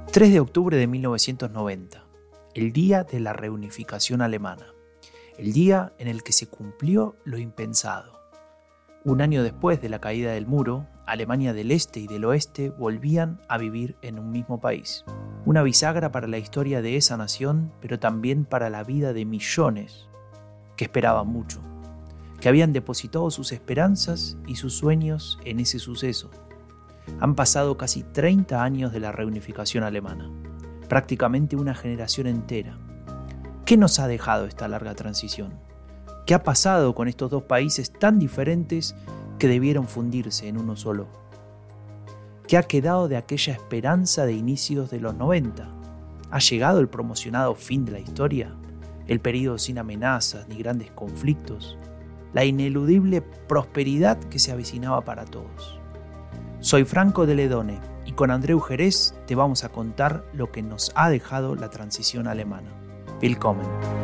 3 de octubre de 1990, el día de la reunificación alemana, el día en el que se cumplió lo impensado. Un año después de la caída del muro, Alemania del Este y del Oeste volvían a vivir en un mismo país. Una bisagra para la historia de esa nación, pero también para la vida de millones que esperaban mucho, que habían depositado sus esperanzas y sus sueños en ese suceso. Han pasado casi 30 años de la reunificación alemana, prácticamente una generación entera. ¿Qué nos ha dejado esta larga transición? ¿Qué ha pasado con estos dos países tan diferentes que debieron fundirse en uno solo? ¿Qué ha quedado de aquella esperanza de inicios de los 90? ¿Ha llegado el promocionado fin de la historia? ¿El período sin amenazas ni grandes conflictos? ¿La ineludible prosperidad que se avecinaba para todos? Soy Franco de Ledone y con Andreu Jerez te vamos a contar lo que nos ha dejado la transición alemana. Willkommen.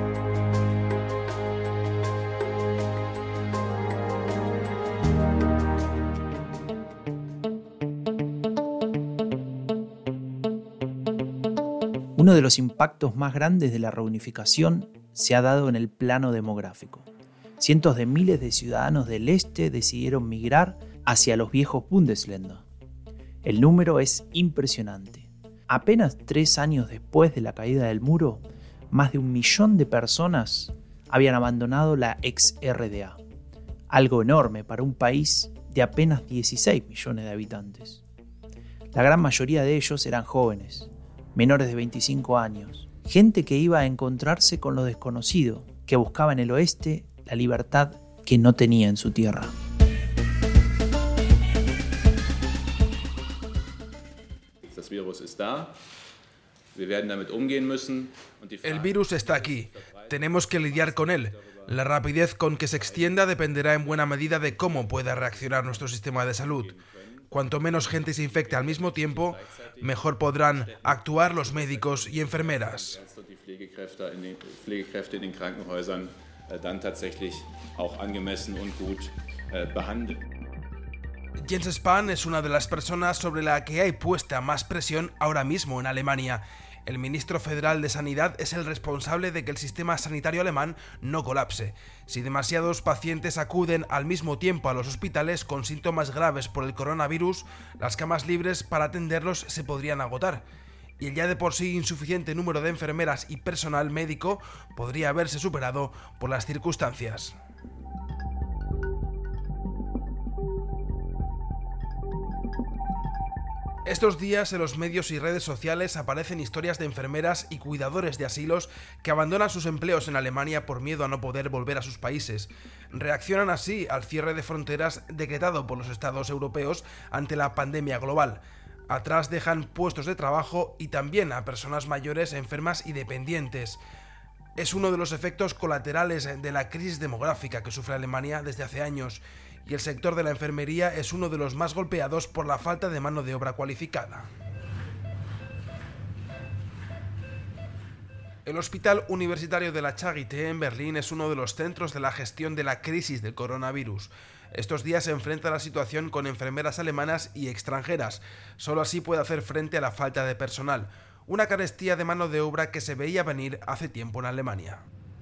Uno de los impactos más grandes de la reunificación se ha dado en el plano demográfico. Cientos de miles de ciudadanos del este decidieron migrar hacia los viejos Bundesländer. El número es impresionante. Apenas 3 años después de la caída del muro, más de 1 millón de personas habían abandonado la ex-RDA. Algo enorme para un país de apenas 16 millones de habitantes. La gran mayoría de ellos eran jóvenes, menores de 25 años, gente que iba a encontrarse con lo desconocido, que buscaba en el oeste la libertad que no tenía en su tierra. El virus está aquí. Tenemos que lidiar con él. La rapidez con que se extienda dependerá en buena medida de cómo pueda reaccionar nuestro sistema de salud. Cuanto menos gente se infecte al mismo tiempo, mejor podrán actuar los médicos y enfermeras. Jens Spahn es una de las personas sobre la que hay puesta más presión ahora mismo en Alemania. El ministro federal de Sanidad es el responsable de que el sistema sanitario alemán no colapse. Si demasiados pacientes acuden al mismo tiempo a los hospitales con síntomas graves por el coronavirus, las camas libres para atenderlos se podrían agotar. Y el ya de por sí insuficiente número de enfermeras y personal médico podría verse superado por las circunstancias. Estos días en los medios y redes sociales aparecen historias de enfermeras y cuidadores de asilos que abandonan sus empleos en Alemania por miedo a no poder volver a sus países. Reaccionan así al cierre de fronteras decretado por los estados europeos ante la pandemia global. Atrás dejan puestos de trabajo y también a personas mayores, enfermas y dependientes. Es uno de los efectos colaterales de la crisis demográfica que sufre Alemania desde hace años, y el sector de la enfermería es uno de los más golpeados por la falta de mano de obra cualificada. El Hospital Universitario de la Charité en Berlín es uno de los centros de la gestión de la crisis del coronavirus. Estos días se enfrenta a la situación con enfermeras alemanas y extranjeras. Solo así puede hacer frente a la falta de personal, una carestía de mano de obra que se veía venir hace tiempo en Alemania.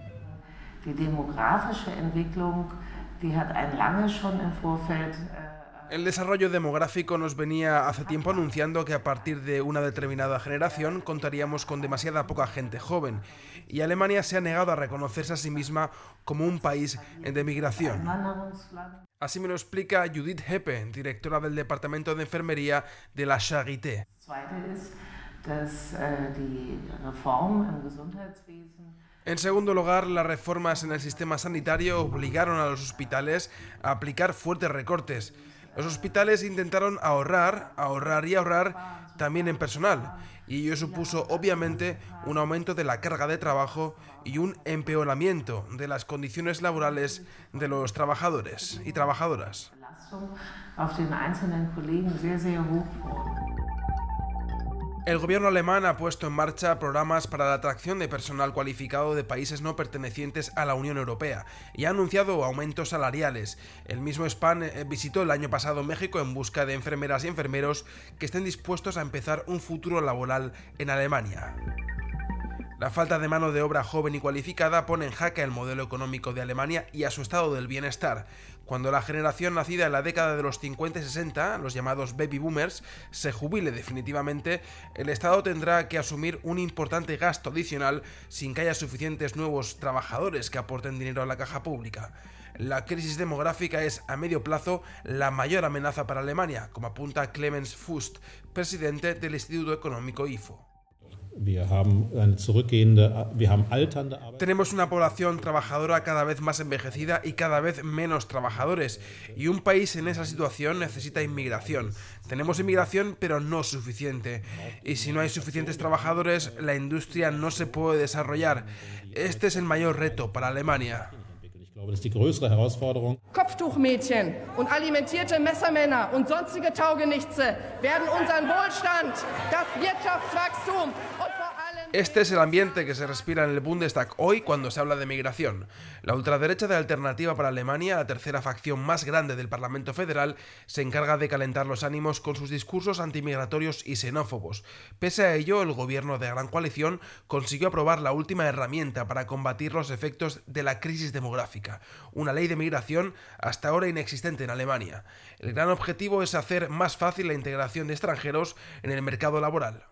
El desarrollo demográfico nos venía hace tiempo anunciando que a partir de una determinada generación contaríamos con demasiada poca gente joven, y Alemania se ha negado a reconocerse a sí misma como un país de migración. Así me lo explica Judith Heppe, directora del Departamento de Enfermería de la Charité. En segundo lugar, las reformas en el sistema sanitario obligaron a los hospitales a aplicar fuertes recortes. Los hospitales intentaron ahorrar también en personal, y ello supuso obviamente un aumento de la carga de trabajo y un empeoramiento de las condiciones laborales de los trabajadores y trabajadoras. El gobierno alemán ha puesto en marcha programas para la atracción de personal cualificado de países no pertenecientes a la Unión Europea y ha anunciado aumentos salariales. El mismo Spahn visitó el año pasado México en busca de enfermeras y enfermeros que estén dispuestos a empezar un futuro laboral en Alemania. La falta de mano de obra joven y cualificada pone en jaque el modelo económico de Alemania y a su estado del bienestar. Cuando la generación nacida en la década de los 50 y 60, los llamados baby boomers, se jubile definitivamente, el Estado tendrá que asumir un importante gasto adicional sin que haya suficientes nuevos trabajadores que aporten dinero a la caja pública. La crisis demográfica es, a medio plazo, la mayor amenaza para Alemania, como apunta Clemens Fust, presidente del Instituto Económico IFO. Tenemos una población trabajadora cada vez más envejecida y cada vez menos trabajadores, y un país en esa situación necesita inmigración. Tenemos inmigración, pero no suficiente, y si no hay suficientes trabajadores, la industria no se puede desarrollar. Este es el mayor reto para Alemania. Kopftuchmädchen und alimentierte Messermänner und sonstige Taugenichtse werden unseren Wohlstand, das Wirtschaftswachstum und vor allem... Este es el ambiente que se respira en el Bundestag hoy cuando se habla de migración. La ultraderecha de Alternativa para Alemania, la tercera facción más grande del Parlamento Federal, se encarga de calentar los ánimos con sus discursos antimigratorios y xenófobos. Pese a ello, el gobierno de Gran Coalición consiguió aprobar la última herramienta para combatir los efectos de la crisis demográfica, una ley de migración hasta ahora inexistente en Alemania. El gran objetivo es hacer más fácil la integración de extranjeros en el mercado laboral.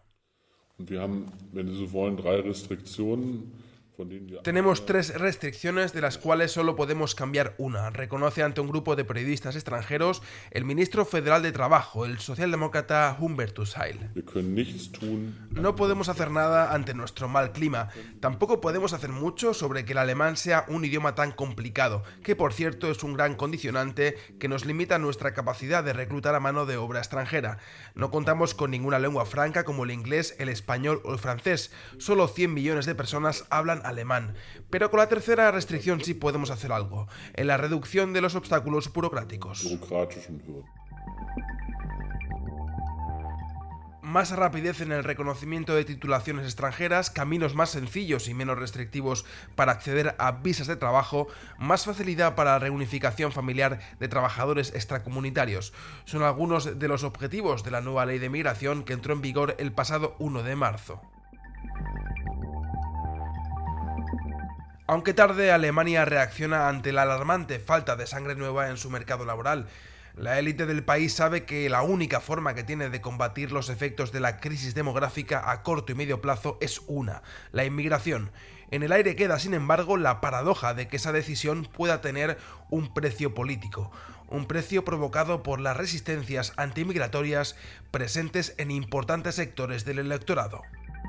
Tenemos 3 restricciones de las cuales solo podemos cambiar una, reconoce ante un grupo de periodistas extranjeros el ministro federal de Trabajo, el socialdemócrata Hubertus Heil. No podemos hacer nada ante nuestro mal clima, tampoco podemos hacer mucho sobre que el alemán sea un idioma tan complicado, que por cierto es un gran condicionante que nos limita nuestra capacidad de reclutar a mano de obra extranjera. No contamos con ninguna lengua franca como el inglés, el español o el francés, solo 100 millones de personas hablan alemán, pero con la tercera restricción sí podemos hacer algo, en la reducción de los obstáculos burocráticos. Más rapidez en el reconocimiento de titulaciones extranjeras, caminos más sencillos y menos restrictivos para acceder a visas de trabajo, más facilidad para la reunificación familiar de trabajadores extracomunitarios. Son algunos de los objetivos de la nueva ley de migración que entró en vigor el pasado 1 de marzo. Aunque tarde, Alemania reacciona ante la alarmante falta de sangre nueva en su mercado laboral. La élite del país sabe que la única forma que tiene de combatir los efectos de la crisis demográfica a corto y medio plazo es la inmigración. En el aire queda, sin embargo, la paradoja de que esa decisión pueda tener un precio político, un precio provocado por las resistencias antimigratorias presentes en importantes sectores del electorado.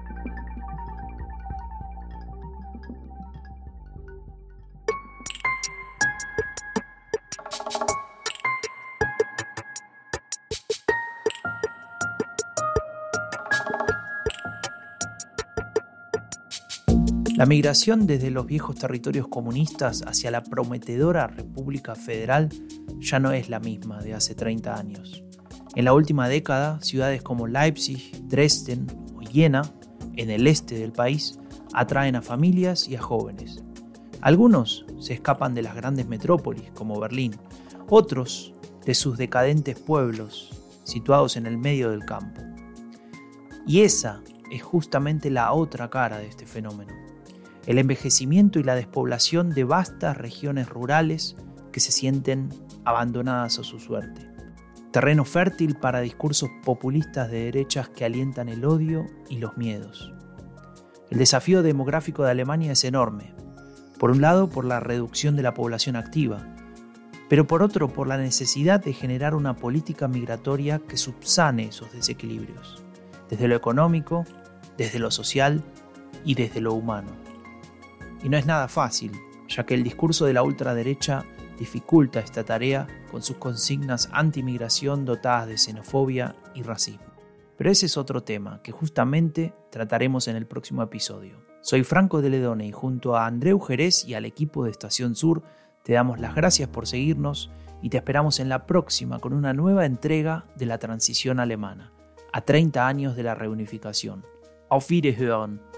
La migración desde los viejos territorios comunistas hacia la prometedora República Federal ya no es la misma de hace 30 años. En la última década, ciudades como Leipzig, Dresden o Jena, en el este del país, atraen a familias y a jóvenes. Algunos se escapan de las grandes metrópolis, como Berlín, otros de sus decadentes pueblos, situados en el medio del campo. Y esa es justamente la otra cara de este fenómeno. El envejecimiento y la despoblación de vastas regiones rurales que se sienten abandonadas a su suerte. Terreno fértil para discursos populistas de derechas que alientan el odio y los miedos. El desafío demográfico de Alemania es enorme. Por un lado, por la reducción de la población activa, pero por otro, por la necesidad de generar una política migratoria que subsane esos desequilibrios, desde lo económico, desde lo social y desde lo humano. Y no es nada fácil, ya que el discurso de la ultraderecha dificulta esta tarea con sus consignas anti-migración dotadas de xenofobia y racismo. Pero ese es otro tema que justamente trataremos en el próximo episodio. Soy Franco de Ledone y junto a Andreu Jerez y al equipo de Estación Sur te damos las gracias por seguirnos y te esperamos en la próxima con una nueva entrega de la transición alemana. a 30 años de la reunificación. Auf Wiederhören.